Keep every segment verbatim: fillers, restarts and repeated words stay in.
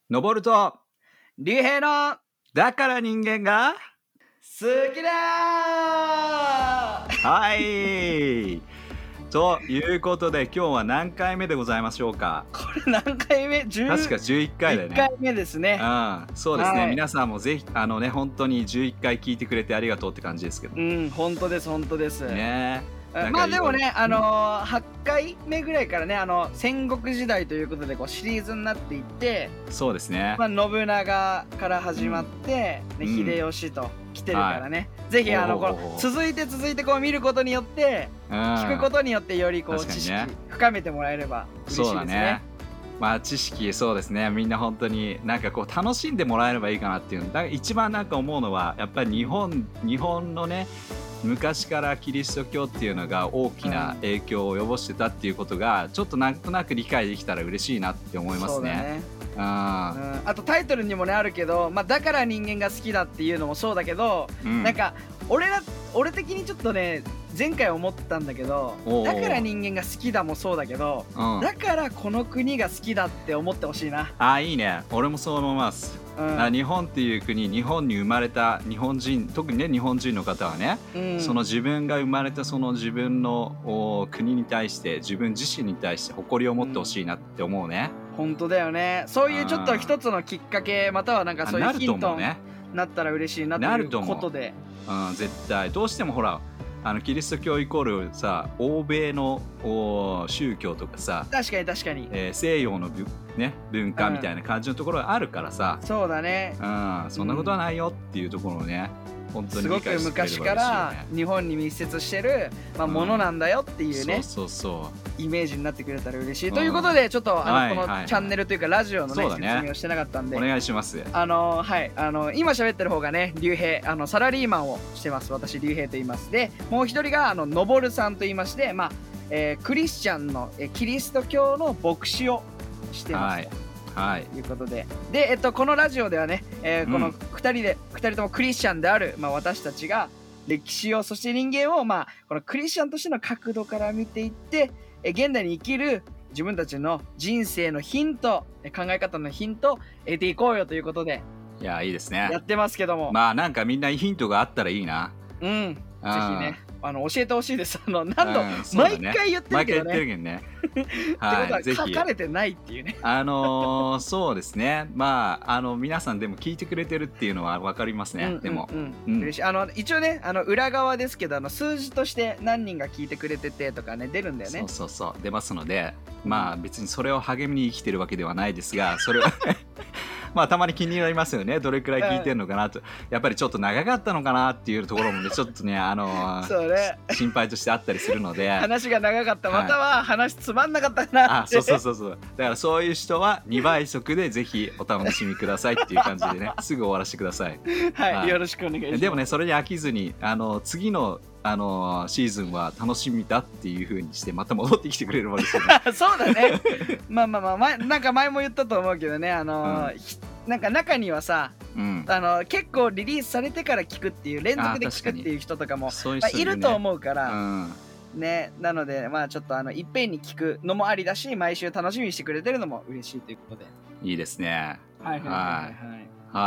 登ると竜兵のだから人間が好きだーはいということで今日は何回目でございましょうか。 これ何回目？じゅう確かじゅういっかいだよね。 いっかいめですね。 うん、そうですね、 はい、 皆さんもぜひあのね本当にじゅういっかい聞いてくれてありがとうって感じですけど。 うん本当です本当ですね。 まあでもね、あのー、はちかいめぐらいからね、あの戦国時代ということでこうシリーズになっていって、 そうですね、 まあ、信長から始まって、うんね、秀吉と来てるからね、はい、ぜひあのこの続いて続いてこう見ることによって、うん、聞くことによってよりこう知識深めてもらえれば嬉しいですね。そうだね、 まあ知識そうですね、みんな本当になんかこう楽しんでもらえればいいかなっていうのだから一番なんか思うのはやっぱり日本日本のね昔からキリスト教っていうのが大きな影響を及ぼしてたっていうことがちょっとなんとなく理解できたら嬉しいなって思いますね。 そうだね、 うん、あとタイトルにもねあるけど、まあ、だから人間が好きだっていうのもそうだけど、うん、なんか俺ら俺的にちょっとね前回思ったんだけど、だから人間が好きだもそうだけど、うん、だからこの国が好きだって思ってほしいな。 あ、いいね、俺もそう思います。うん、日本っていう国、日本に生まれた日本人、特にね日本人の方はね、うん、その自分が生まれたその自分の国に対して自分自身に対して誇りを持ってほしいなって思うね、 うん、本当だよね。そういうちょっと一つのきっかけまたはなんかそういうヒントになったら嬉しいなということで、 うん、絶対どうしてもほらあのキリスト教イコールさ欧米の宗教とかさ、 確かに確かに、 えー、西洋の、ね、文化みたいな感じのところがあるからさ、 うん、そうだね、 うん、そんなことはないよっていうところをね、うん、本当に理解してくれれば嬉しいよね。 すごく昔から日本に密接してる、まあ、ものなんだよっていうね、うん、 そうそうそうイメージになってくれたら嬉しい、うん、ということでちょっとあの、はい、このチャンネルというかラジオの、ね、ね、説明をしてなかったんでお願いします。 あの、はい、あの今喋ってる方がね竜兵、あのサラリーマンをしてます。私竜兵と言います。でもう一人があののぼるさんと言いまして、まあえー、クリスチャンの、えー、キリスト教の牧師をしてます、 はい、 ということで、で、えっと、このラジオではね、えー、このふたりで、うん、ふたりともクリスチャンである、まあ、私たちが歴史をそして人間を、まあ、このクリスチャンとしての角度から見ていって、えー、現代に生きる自分たちの人生のヒント、考え方のヒントを得ていこうよということで、 いやいいですね、 やってますけども、 まあなんかみんなヒントがあったらいいな。 うん、ぜひねあの教えてほしいです。あの何度、うんね、毎回言ってるけどね。毎回言ってるけどね。はい、ってことは書かれてないっていうね。 あのー、そうですね。まああの皆さんでも聞いてくれてるっていうのは分かりますね。うんうんうん、でも、 うん、嬉しい。あの一応ねあの裏側ですけどあの数字として何人が聞いてくれててとかね出るんだよね。 そうそうそう出ますので、まあ別にそれを励みに生きてるわけではないですが、それはまあたまに気になりますよね。どれくらい聞いてるのかなと、やっぱりちょっと長かったのかなっていうところもねちょっとねあのー、 そうね心配としてあったりするので話が長かった、または話つまんなかったなって、 あ、そうそうそうそう、だからそういう人はにばい速でぜひお楽しみくださいっていう感じでねすぐ終わらせてください。 はい、はい、よろしくお願いします。 でもねそれに飽きずにあの次のあのー、シーズンは楽しみだっていう風にしてまた戻ってきてくれればですよねそうだねまあまあまあ前なんか前も言ったと思うけどね、あのーうん、なんか中にはさ、うん、あの結構リリースされてから聞くっていう連続で聞くっていう人とかもそういう人いる、ね、まあ、いると思うから、 うんね、なのでまあちょっとあのいっぺんに聞くのもありだし、毎週楽しみにしてくれてるのも嬉しいということでいいですね。 はいはいはいはい、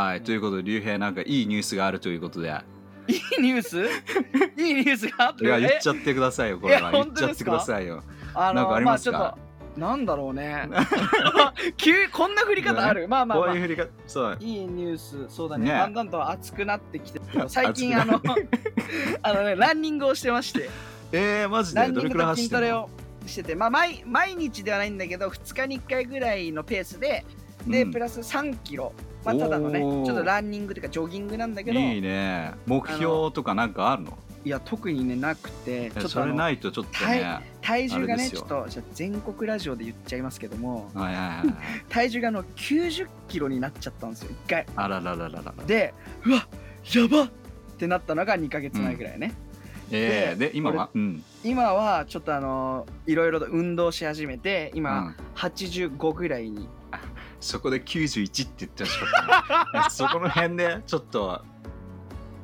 はい、ということで竜兵なんかいいニュースがあるということでいいニュースいいニュースがあっていや言っちゃってくださいよ、これは言っちゃってくださいよ。 あのなんかありますか？ まあ、ちょっとなんだろうね急こんな振り方ある、ね、まあまあ、まあ、 こういう振り方そういいニュースそうだ ね, ねだんだんと熱くなってきて最近あのあのねランニングをしてましてえーマジでどれくらい走ってるの？ ランニングと筋トレをしてて、まあ、毎, 毎日ではないんだけどふつかにいっかいぐらいのペースでで、うん、プラスさんキロ、まあ、ただのねちょっとランニングというかジョギングなんだけど、 いいね。目標とかなんかあるの？ いや特にねなくて、 ちょっとそれないとちょっとね体重がねちょっとじゃ全国ラジオで言っちゃいますけども、 はいはいはい、 体重があのきゅうじゅっキロになっちゃったんですよいっかい。 あらららららでうわやばってなったのがにかげつまえぐらいね、 うん、えー、で, で今は、うん、 今はちょっとあのいろいろと運動し始めて今、うん、はちじゅうごぐらいに。 そこできゅうじゅういちって言ってほしかったそこの辺でちょっと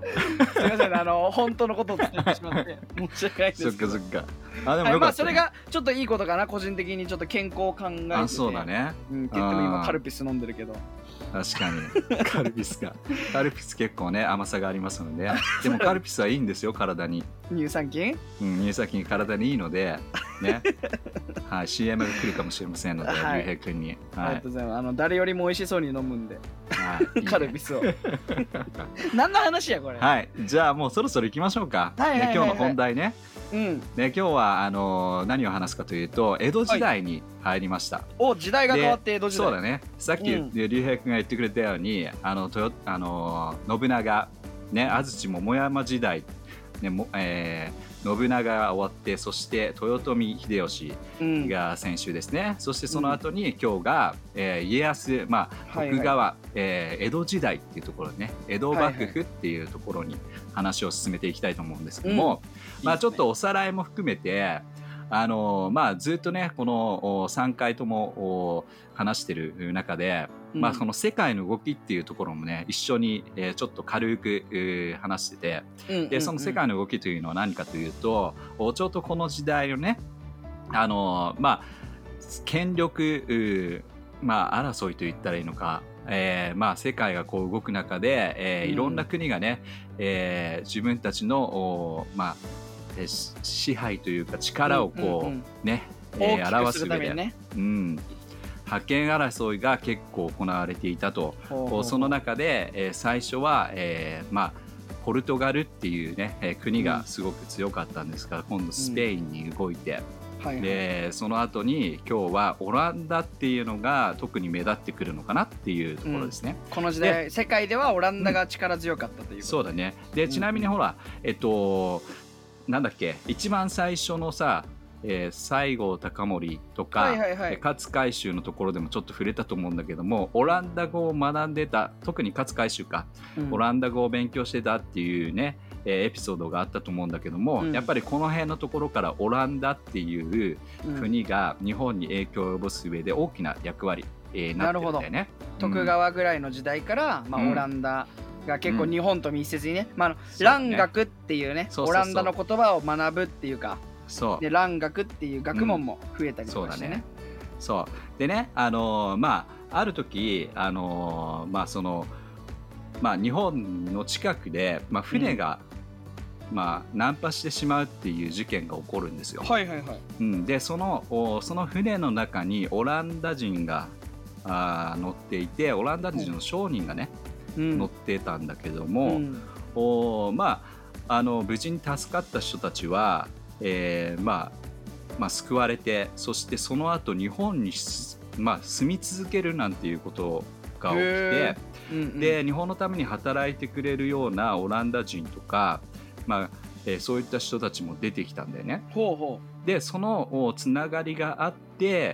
すみません、あの本当のことを伝えてしまって申し訳ないですそっけど。 かそっか。あでもはい、 よかった、ね。 まあそれがちょっといいことかな、個人的にちょっと健康を考えてて。 あそうだね。 うん、って言っても今あーカルピス飲んでるけど。 確かにカルピスか。カルピス結構ね甘さがありますので、でもカルピスはいいんですよ体に。 乳酸菌？ うん、乳酸菌体にいいのでね。はい、シーエム が来るかもしれませんので、 はい竜兵君に。 あはいりがとうございます。あの誰よりも美味しそうに飲むんで、 はいいいねカルピスを。何の話やこれ。 はい、じゃあもうそろそろ行きましょうか。 はいはいはいはいね今日の本題ね。 うん。 ね今日はあのー何を話すかというと江戸時代に入りました。 お、時代が変わって江戸時代。 そうだね。さっきうん竜兵君が言ってくれたように、あの豊あのー信長ね安土桃山時代ねも、えー信長が終わって、そして豊臣秀吉うん。 が先週ですね。そしてその後に今日が、えー家康、まあ、 はいはい徳川、えー江戸時代っていうところね、江戸幕府っていうところに話を進めていきたいと思うんですけども、まあ、ちょっとおさらいも含めて、あのーまあ、ずっとねこのおさんかいともお話してる中で、 うんまあ、この世界の動きっていうところもね一緒に、えーちょっと軽く、えー話してて、 うんうんうんでその世界の動きというのは何かというと、おちょうどこの時代のね、あのまあ権力、うーまあ、争いと言ったらいいのか、えーまあ、世界がこう動く中で、えーうんいろんな国がね、えー自分たちの、おまあえーし支配というか力をこう、 うんうんうんね、 大えーきくす表す上で、 るためにね。 うん、覇権争いが結構行われていたと。 ほうほうほうその中で、えー最初は、えーまあ、ポルトガルっていう、ねえー国がすごく強かったんですが、今度スペインに動いて、 はいはい。 でその後に今日はオランダっていうのが特に目立ってくるのかなっていうところですね。 この時代世界ではオランダが力強かったということ。 そうだね。でちなみにほら、えっとなんだっけ一番最初のさ、えー西郷隆盛とか、 はいはいはいえー勝海舟のところでもちょっと触れたと思うんだけども、オランダ語を学んでた、特に勝海舟か、 うんオランダ語を勉強してたっていうね、えーエピソードがあったと思うんだけども、 うんやっぱりこの辺のところからオランダっていううん国が日本に影響を及ぼす上で大きな役割、えーなってるんだよね。 徳川ぐらいの時代から、まあうんオランダが結構うん日本と密接にね、まああのそうだね蘭学っていうね、 そうそうそうオランダの言葉を学ぶっていうか、 そうで蘭学っていう学問も増えたりとかしてね。 そうでね、あのーまあある時、あのーまあそのまあ日本の近くで、まあ、船が、まあ難破してしまうっていう事件が起こるんですよ。 はいはいはい。 うん、でそのおその船の中にオランダ人があー乗っていて、オランダ人の商人がね、 うん乗ってたんだけどうも、 んおまああの無事に助かった人たちは、えーまあまあ、救われて、そしてその後日本にす、まあ、住み続けるなんていうことが起きてへ、うんうんで日本のために働いてくれるようなオランダ人とか、まあえーそういった人たちも出てきたんだよね。 ほうほでそのおつながりがあって、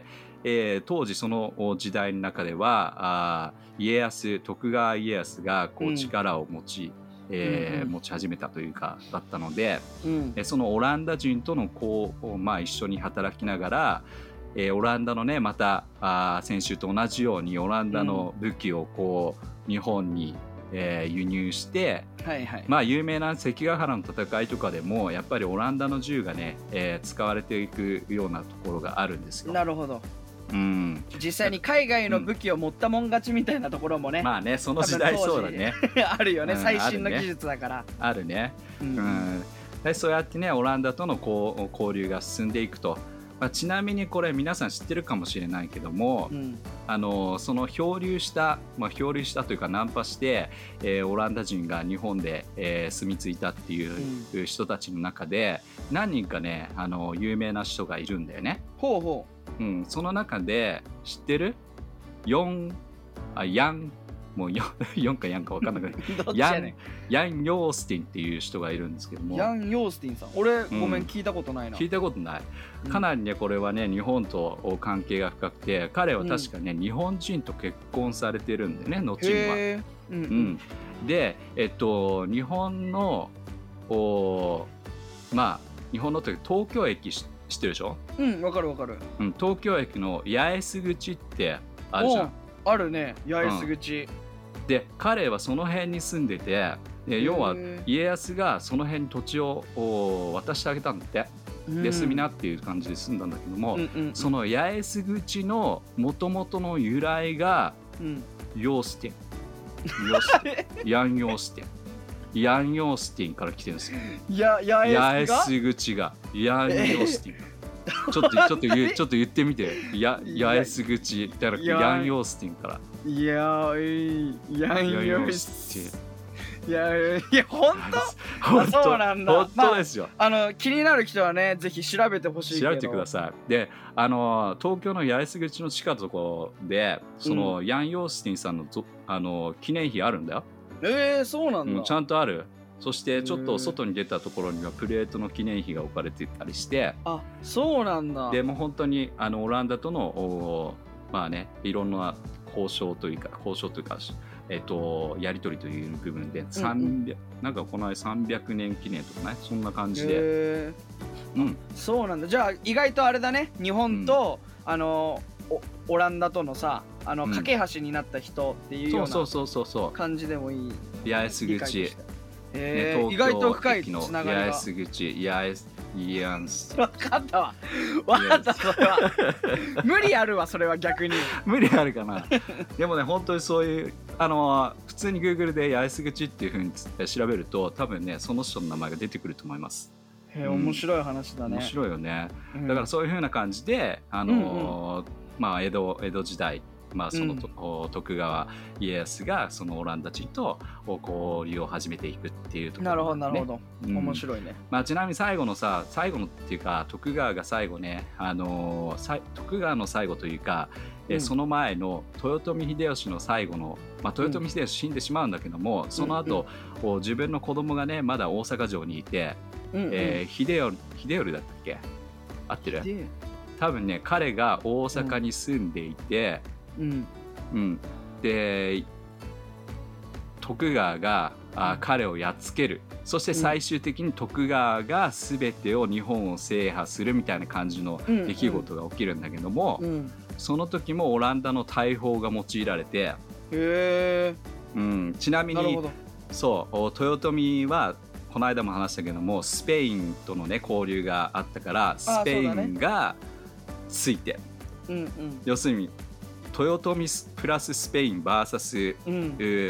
えー当時そのお時代の中ではあー家康徳川家康がこううん力を持ち、えーうんうん持ち始めたというかだったので、 う。うんえーそのオランダ人とのこう、まあ、一緒に働きながら、えーオランダのねまたあー先週と同じようにオランダの武器をこう日本に、えー輸入して、 はいはい。 まあ有名な関ヶ原の戦いとかでもやっぱりオランダの銃がね、えー使われていくようなところがあるんですよ。 なるほど。 うん、 実際に海外の武器を持ったもん勝ちみたいなところもね、 まあねその時代多分当時そうだねあるよね、 うん最新のあるね技術だから。 あるね、 ううんん、でそうやってねオランダとのこう交流が進んでいくと、まあ、ちなみにこれ皆さん知ってるかもしれないけども、 うんあのその漂流した、まあ、漂流したというかナンパして、えーオランダ人が日本で、えー住み着いたっていう人たちの中で何人かねあの有名な人がいるんだよね。 ほうほうん、その中で知ってるヨンあヤンもう 4, よんかヤンか分かんなくないうどっちヤンやねヤン・ヨースティンっていう人がいるんですけどん。 も、 ヤン・ヨースティンさん。俺、 んごめん、聞いたことないな。 聞いたことない。 うんかなりねこれはね日本と関係が深くて、彼は確かね、日本人と結婚されてるんだよね後には。 へーうんううんん、でえっと日本のおまあ日本のというか東京駅し知ってるでしょ、 うん、わかるわかる。 うん、東京駅の八重洲口ってあるじゃん。 おあるね、八重洲口。 で彼はその辺に住んでて、 で要はへー家康がその辺に土地をお渡してあげたんだって、 うんで住みなっていう感じで住んだんだけども、 うんうんその八重洲口の元々の由来がうんヨースティンヨースティンヤンヨースティンヤンヨースティンから来てるんですよ。 いや八八重洲が重洲口がヤンヨースティン、ちょっとちょっと言うちょっと言ってみて、や八重洲口だからいやヤンヨースティンからいやーいやんよヤンヨーしスティン。 いやいや本本当そうなんだ本当ですよ、 当あの気になる人はねぜひ調べてほしいけど調べてください。で、あの東京の八重洲口の地下のところでその、ヤン・ヨースティンさんのぞあの記念碑あるんだよ、 えー、そうなんだ、 うん、ちゃんとある。そしてちょっと外に出たところにはプレートの記念碑が置かれてたりして、 あそうなんだでもう本当にあのオランダとのおまあねいろんな交渉というか交渉というかえっと、やり取りという部分でさんびゃく、うんうん、なんかこの間さんびゃくねん記念とかねそんな感じで、 へうん、 そうなんだ。じゃあ意外とあれだね日本と、うん、あのオランダとのさあの、うん、架け橋になった人っていうような感じでもいい八重洲口、 えーね、意外と深いつながりが八重洲口八重洲イアンス分かったわ分かったそれは無理あるわそれは逆に無理あるかなでもね本当にそういうあの普通に Google で八重洲口っていう風に調べると多分ねその人の名前が出てくると思います。 へえ、うん、面白い話だね。 面白いよね、 うん、 だからそういう風な感じであの、うんうん、まあ江戸江戸時代まあその、うん、徳川家康がそのオランダ人と交流を始めていくっていうところ、ね、 なるほどなるほど、うん、面白いね。 まあ、ちなみに最後のさ最後のっていうか徳川が最後ね、あのー、徳川の最後というか、うん、えその前の豊臣秀吉の最後の、まあ、豊臣秀吉死んでしまうんだけども、うん、その後、うん、自分の子供がねまだ大阪城にいて、うんうんえー、秀頼秀頼だったっけ合ってる多分ね彼が大阪に住んでいて、うんうん、で徳川があ彼をやっつける、そして最終的に徳川が全てを日本を制覇するみたいな感じの出来事が起きるんだけども、うんうん、その時もオランダの大砲が用いられて、へー、うん、ちなみにそう豊臣はこの間も話したけどもスペインとの、ね、交流があったからスペインがついて、うんうん、要するに豊臣プラススペイン ブイエス、うん、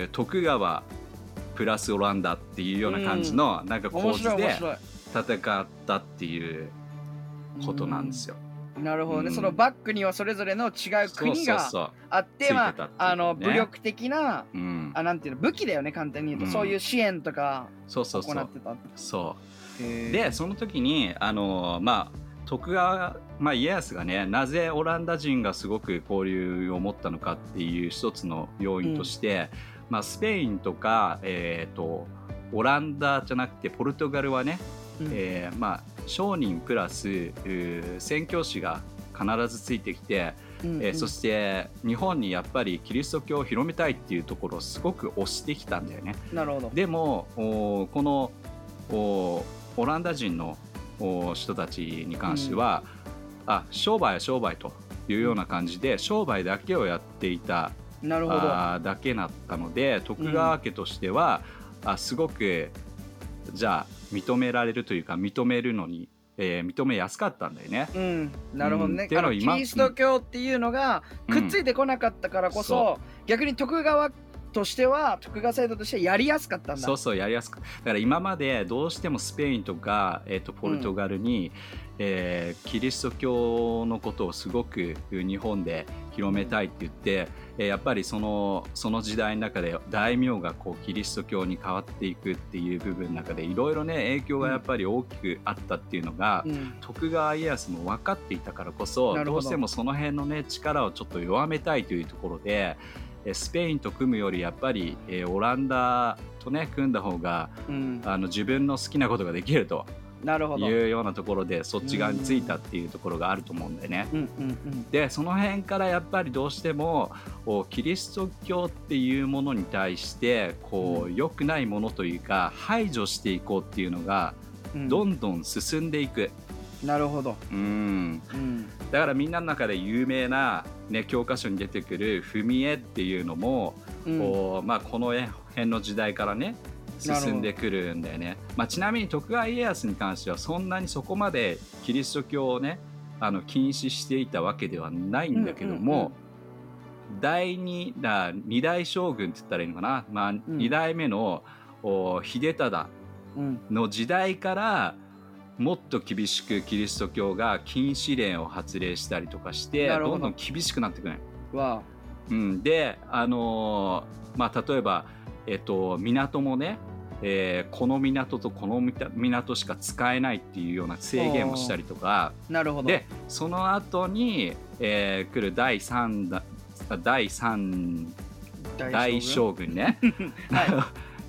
徳川プラスオランダっていうような感じの、うん、なんか構図で戦ったっていうことなんですよ。 うん、なるほどね、うん、そのバックにはそれぞれの違う国があっては、あの武力的な、うん、あなんていうの武器だよね簡単に言うと、うん、そういう支援とか行ってた。そうそうそうそうでその時にあのまあ徳川、まあ、家康がねなぜオランダ人がすごく交流を持ったのかっていう一つの要因として、うんまあ、スペインとか、えー、とオランダじゃなくてポルトガルはね、うんえーまあ、商人プラス宣教師が必ずついてきて、うんうんえー、そして日本にやっぱりキリスト教を広めたいっていうところをすごく推してきたんだよね。 なるほど。 でもこのオランダ人の人たちに関しては、うん、あ商売は商売というような感じで商売だけをやっていたなるほどあだけだったので徳川家としては、うん、あすごくじゃあ認められるというか認めるのに、えー、認めやすかったんだよね。 うん、なるほどね、うん、あのキリスト教っていうのがくっついてこなかったからこそ、うん、逆に徳川としては徳川制度としてやりやすかったんだ。 そうそうやりやすかった。だから今までどうしてもスペインとか、えー、とポルトガルに、うんえー、キリスト教のことをすごく日本で広めたいって言って、えー、やっぱりその、その時代の中で大名がこうキリスト教に変わっていくっていう部分の中でいろいろね影響がやっぱり大きくあったっていうのが、うん、徳川家康も分かっていたからこそどうしてもその辺のね力をちょっと弱めたいというところでスペインと組むよりやっぱり、えー、オランダとね組んだ方が、うん、あの自分の好きなことができるというようなところでそっち側についたっていうところがあると思うんだよね。うんうんうん、でその辺からやっぱりどうしてもキリスト教っていうものに対してこう良くないものというか排除していこうっていうのがどんどん進んでいく。 うん、なるほど、 うんうん、だからみんなの中で有名な、ね、教科書に出てくる踏み絵っていうのも、うんこうまあ、この辺の時代からね進んでくるんだよね。まあ、ちなみに徳川家康に関してはそんなにそこまでキリスト教をねあの禁止していたわけではないんだけども、うんうんうん、第二だ二代将軍って言ったらいいのかな、まあ、二代目の、うん、秀忠の時代からもっと厳しくキリスト教が禁止令を発令したりとかしてどんどん厳しくなってくる。 わうん、で、あのーまあ、例えば、えっと、港もね、えー、この港とこの港しか使えないっていうような制限をしたりとか。 なるほど。 でその後に、えー、来る第三だ第三大将軍ね、はい、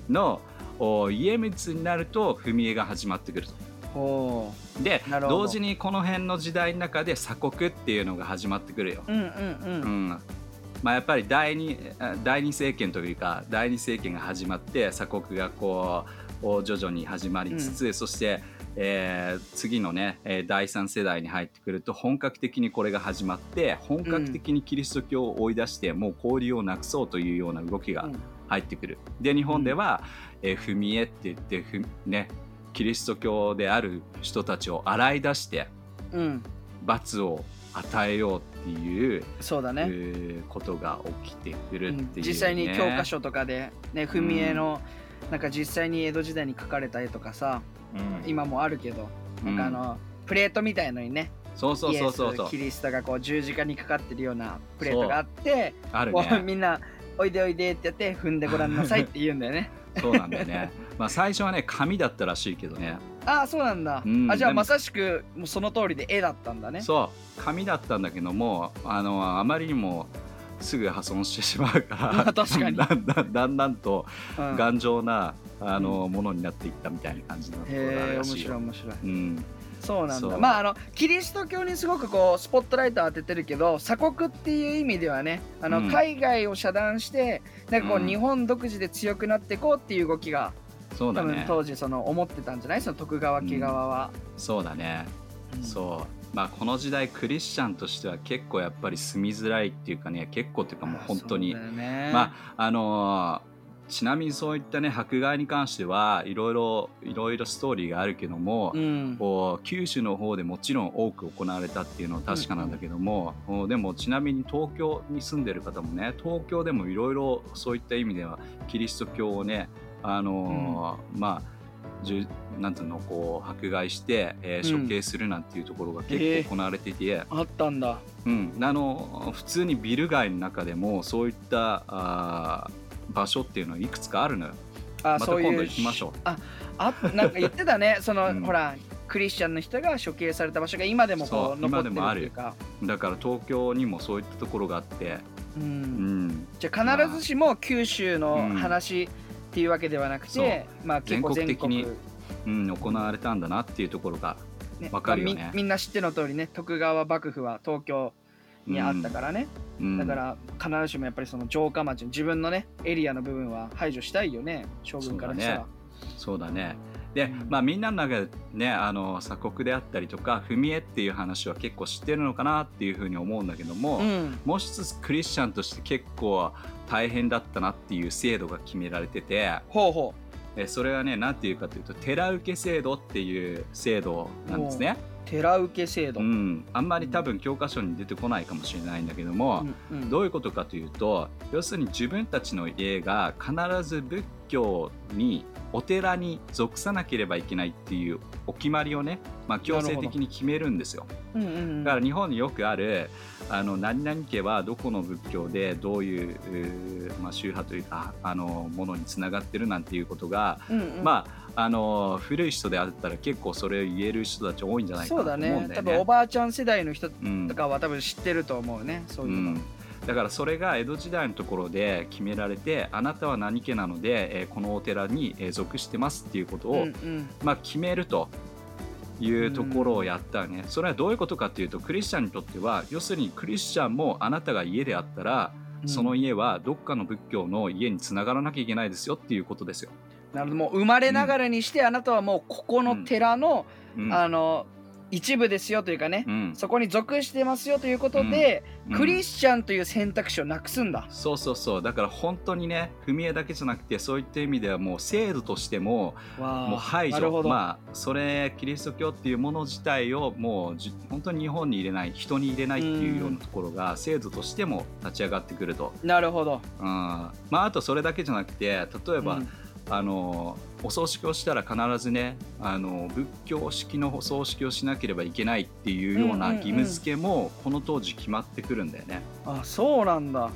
の家光になると踏み絵が始まってくると。で同時にこの辺の時代の中で鎖国っていうのが始まってくるよ。 うんうんうんうんまあ、やっぱり第二第二政権というか第二政権が始まって鎖国がこう徐々に始まりつつ、うん、そして、えー、次のね第三世代に入ってくると本格的にこれが始まって本格的にキリスト教を追い出して、うん、もう交流をなくそうというような動きが入ってくる。で日本では、うんえー、踏み絵って言ってふ、ね、キリスト教である人たちを洗い出して、うん、罰を与えようっていうそうだね、 えー、ことが起きてくるっていう、ねうん、 実際に教科書とかで、ね、踏み絵の、うん、なんか実際に江戸時代に描かれた絵とかさ、うん、今もあるけど、うん、なんかあのプレートみたいのにねそうそうそうそうイエスキリストがこう十字架にかかってるようなプレートがあってある、ね、 みんなおいでおいでってやって踏んでごらんなさいって言うんだよねそうなんだよねまあ最初はね紙だったらしいけどね。 ああそうなんだ、うん、あじゃあまさしくもうその通りで絵だったんだね。 そう紙だったんだけども あのあまりにもすぐ破損してしまうから確かにだんだんだんだんと頑丈な、うん、あのものになっていったみたいな感じのところがあるらしいよ。 へー面白い面白い、 うん、 そうなんだ。まああのキリスト教にすごくこうスポットライト当ててるけど鎖国っていう意味ではねあの、うん、海外を遮断してなんかこう、うん、日本独自で強くなっていこうっていう動きがそうだね、 多分当時その思ってたんじゃないその徳川家側は、 うん、そうだね、うん、そうまあこの時代クリスチャンとしては結構やっぱり住みづらいっていうかね結構っていうかもう本当に、 ね、 まああのー、ちなみにそういったね迫害に関してはいろいろいろいろストーリーがあるけども、うん、こう九州の方でもちろん多く行われたっていうのは確かなんだけども、うんうん、でもちなみに東京に住んでる方もね東京でもいろいろそういった意味ではキリスト教をねあのーうん、まあじゅなんていうのこう迫害して、えー、処刑するなんていうところが結構行われていて、えー、あったんだ、 うん、あの普通にビル街の中でもそういったあ場所っていうのはいくつかあるのよ。 あまた今度行きましょう。 ああなんか言ってたねその、うん、ほらクリスチャンの人が処刑された場所が今でもこう残ってるっていうかだから東京にもそういったところがあって、うんうん、じゃあ必ずしも九州の話、うんっていうわけではなくて、まあ、結構全国的に、うん、行われたんだなっていうところが分かるよね、 まあ、み, みんな知っての通りね徳川幕府は東京にあったからね、うん、だから必ずしもやっぱりその城下町自分のねエリアの部分は排除したいよね将軍からしたら。 そうだね、そうだねで、うんまあ、みんなの中でねあの鎖国であったりとか踏み絵っていう話は結構知ってるのかなっていうふうに思うんだけども、うん、もう一つクリスチャンとして結構大変だったなっていう制度が決められててほうほうえそれはね何ていうかというと寺受制度っていう制度なんですね。 寺受制度、 うん、あんまり多分教科書に出てこないかもしれないんだけども、うんうん、どういうことかというと要するに自分たちの家が必ず仏教にお寺に属さなければいけないっていうお決まりをね、まあ、強制的に決めるんですよ、うんうんうん、だから日本によくあるあの何々家はどこの仏教でどういう、まあ、宗派というかあのものにつながってるなんていうことが、うんうん、まああの古い人であったら結構それを言える人たち多いんじゃないかなと思うんだよね。 そうだね。多分おばあちゃん世代の人とかは多分知ってると思うね、うん、そういうの、うん、 だからそれが江戸時代のところで決められてあなたは何家なので、えー、このお寺に属してますっていうことを、うんうんまあ、決めるというところをやったね、うん、それはどういうことかというとクリスチャンにとっては要するにクリスチャンもあなたが家であったら、うん、その家はどっかの仏教の家につながらなきゃいけないですよっていうことですよ。 なるほどもう生まれながらにして、うん、あなたはもうここの寺の、うん、あの一部ですよというかね、 うん、 そこに属してますよということで、 うん、 クリスチャンという選択肢をなくすんだ。 そうそうそう。だから本当にね、踏み絵だけじゃなくて、そういった意味ではもう制度としてももう排除、まあそれキリスト教っていうもの自体をもうじ本当に日本に入れない、人に入れないっていうようなところが制度としても立ち上がってくると。 なるほど。 うん、まああとそれだけじゃなくて、例えば、うん、あのお葬式をしたら必ずね、あの仏教式のお葬式をしなければいけないっていうような義務付けもこの当時決まってくるんだよね。 あ、そうなんだ。 うん。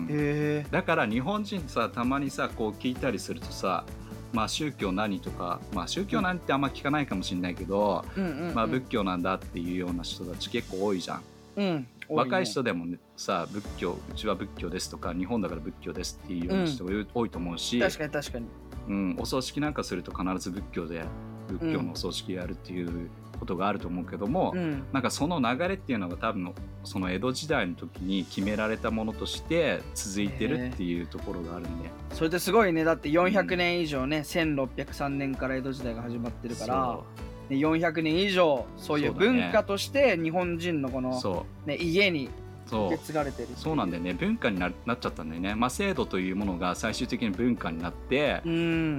へえ。だから日本人さ、たまにさこう聞いたりするとさ、まあ宗教何とか、まあ宗教なんてあんま聞かないかもしれないけど、うんうんうん、まあ仏教なんだっていうような人たち結構多いじゃん。うん。若い人でも、ね、さ仏教、うちは仏教ですとか日本だから仏教ですっていうような人が多いと思うし、 うん、確かに確かに、 うん、お葬式なんかすると必ず仏教で仏教のお葬式やるっていうことがあると思うけども、うん、なんかその流れっていうのが多分その江戸時代の時に決められたものとして続いてるっていうところがあるんで、 それってすごいね。だってよんひゃくねん以上ね、うん、せんろっぴゃくさんねんから江戸時代が始まってるから、よんひゃくねん以上そういう文化として日本人のこの、ね、家に受け継がれてる。 そうなんだよね。文化に な, なっちゃったんだよね。まあ制度というものが最終的に文化になって、うん、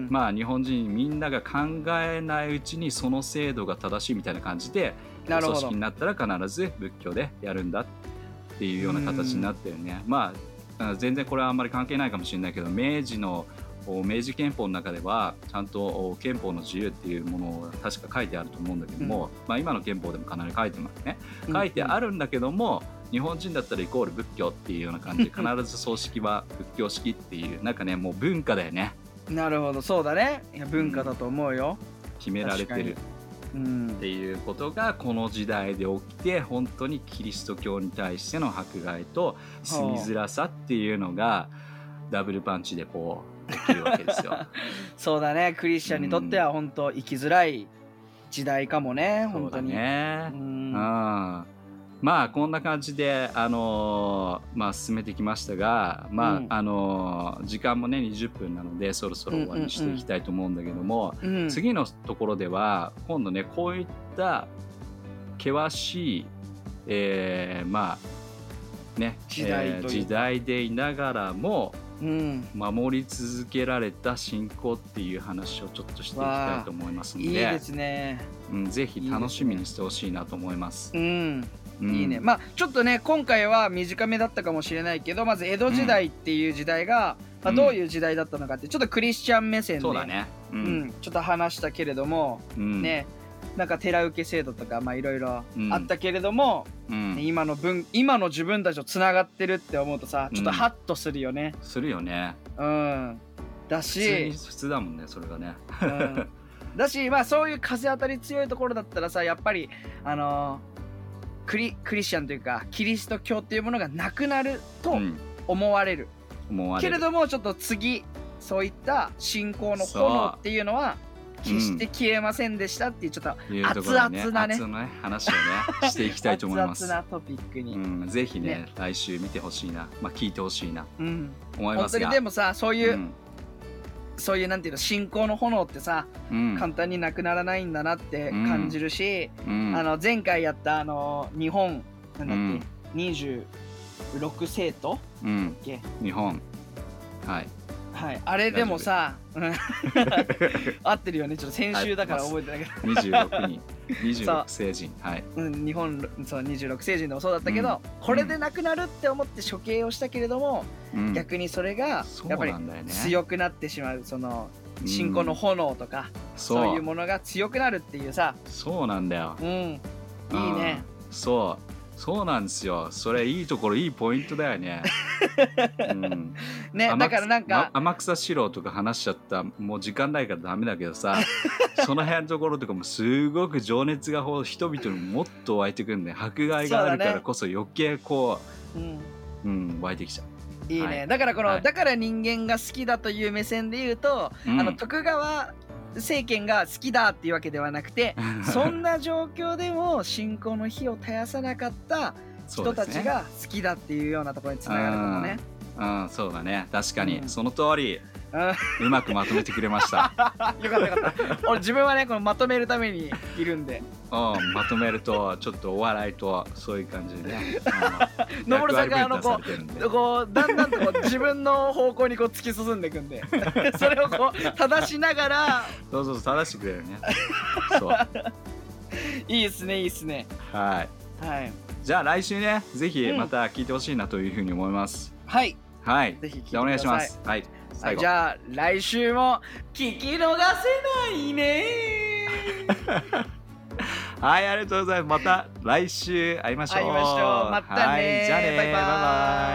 まあ日本人みんなが考えないうちにその制度が正しいみたいな感じで、お葬式になったら必ず仏教でやるんだっていうような形になってるね。まあ全然これはあんまり関係ないかもしれないけど、明治の明治憲法の中ではちゃんと憲法の自由っていうものを確か書いてあると思うんだけども、うん、まあ今の憲法でもかなり書いてますね。書いてあるんだけども、日本人だったらイコール仏教っていうような感じで、必ず葬式は仏教式っていう、なんかね、もう文化だよね。 なるほど、そうだね。いや文化だと思うよ、 うん、決められてるっていうことがこの時代で起きて、本当にキリスト教に対しての迫害と住みづらさっていうのがダブルパンチでこうできるわけですよ。 そうだね。クリスチャンにとっては本当生きづらい時代かもね、うん、本当に。 そうだね。うん。まあこんな感じであのー、まあ進めてきましたが、まあ、うん、あのー、時間もねにじゅっぷんなのでそろそろ終わりにしていきたいと思うんだけども、うんうんうん、次のところでは今度ねこういった険しい、えー、まあね時代、えー、時代でいながらもうん、守り続けられた信仰っていう話をちょっとしていきたいと思いますので、いいですね、 うん、ぜひ楽しみにしてほしいなと思います。 いいですね、うん、いいね。まあちょっとね今回は短めだったかもしれないけど、まず江戸時代っていう時代が、うん、まあ、どういう時代だったのかってちょっとクリスチャン目線で、そうだね、うんうん、ちょっと話したけれども、うん、ね、なんか寺受け制度とかまあいろいろあったけれども、うん、今の分今の自分たちとつながってるって思うとさ、ちょっとハッとするよね、 うん、するよね。 うん、だし普通に普通だもんねそれがね、 うん、だしまあそういう風当たり強いところだったらさ、やっぱりあのー、クリクリスチャンというかキリスト教っていうものがなくなると思われる、うん、思われるけれども、ちょっと次そういった信仰の炎っていうのは決して消えませんでしたっていう、ちょっと熱々なね、 熱々な話をねしていきたいと思います。 熱々なトピックに、 うん、ぜひね、ね、来週見てほしいな、まあ聞いてほしいな、うん、思いますが、 本当にでもさ、そういう、うん、そういうなんていうの信仰の炎ってさ、うん、簡単になくならないんだなって感じるし、うん、あの前回やったあの日本なんだっけ、うん、にじゅうろく聖徒、うん、 日本はいはい、あれでもさ合ってるよね。ちょっと先週だから覚えてないけど、 にじゅうろくにんにじゅうろく聖人、はい、 うん、日本そうにじゅうろく聖人でもそうだったけど、うん、これでなくなるって思って処刑をしたけれども、うん、逆にそれがやっぱり強くなってしまう、その信仰の炎とか、うん、そういうものが強くなるっていうさ。 そうなんだよ、 うん、いいね。 そうそうなんですよ。それいいところ、いいポイントだよね。うん、 ね、だからなんか天草四郎とか話しちゃった、もう時間ないからダメだけどさその辺のところとかもすごく情熱が人々にもっと湧いてくるんで、迫害があるからこそ余計こう、う、ね、うん、湧いてきちゃう。 いいね、はい、だからこの、はい、だから人間が好きだという目線で言うと、うん、あの徳川政権が好きだっていうわけではなくてそんな状況でも信仰の火を絶やさなかった人たちが好きだっていうようなところにつながるかもね。 うん、そうだね、確かに、うん、その通り。 うんうまくまとめてくれましたよかったよかった俺自分はねこのまとめるためにいるんでうんまとめるとちょっとお笑いとそういう感じでねのぼるさんがあの役こ割分担されてるんでうこうだんだんとこう自分の方向にこう突き進んでいくんでそれをこう正しながらそうそうそう正してくれるねそういいですねいいですねはいはいじゃあ来週ねぜひうんまた聞いてほしいなというふうに思います、 はいはいぜひ聞いてくださいじゃあお願いしますはいは最後いじゃあ来週も聞き逃せないねはいありがとうございますまた来週会いましょう会いましょうまたねはいじゃあねバイバイバイバイ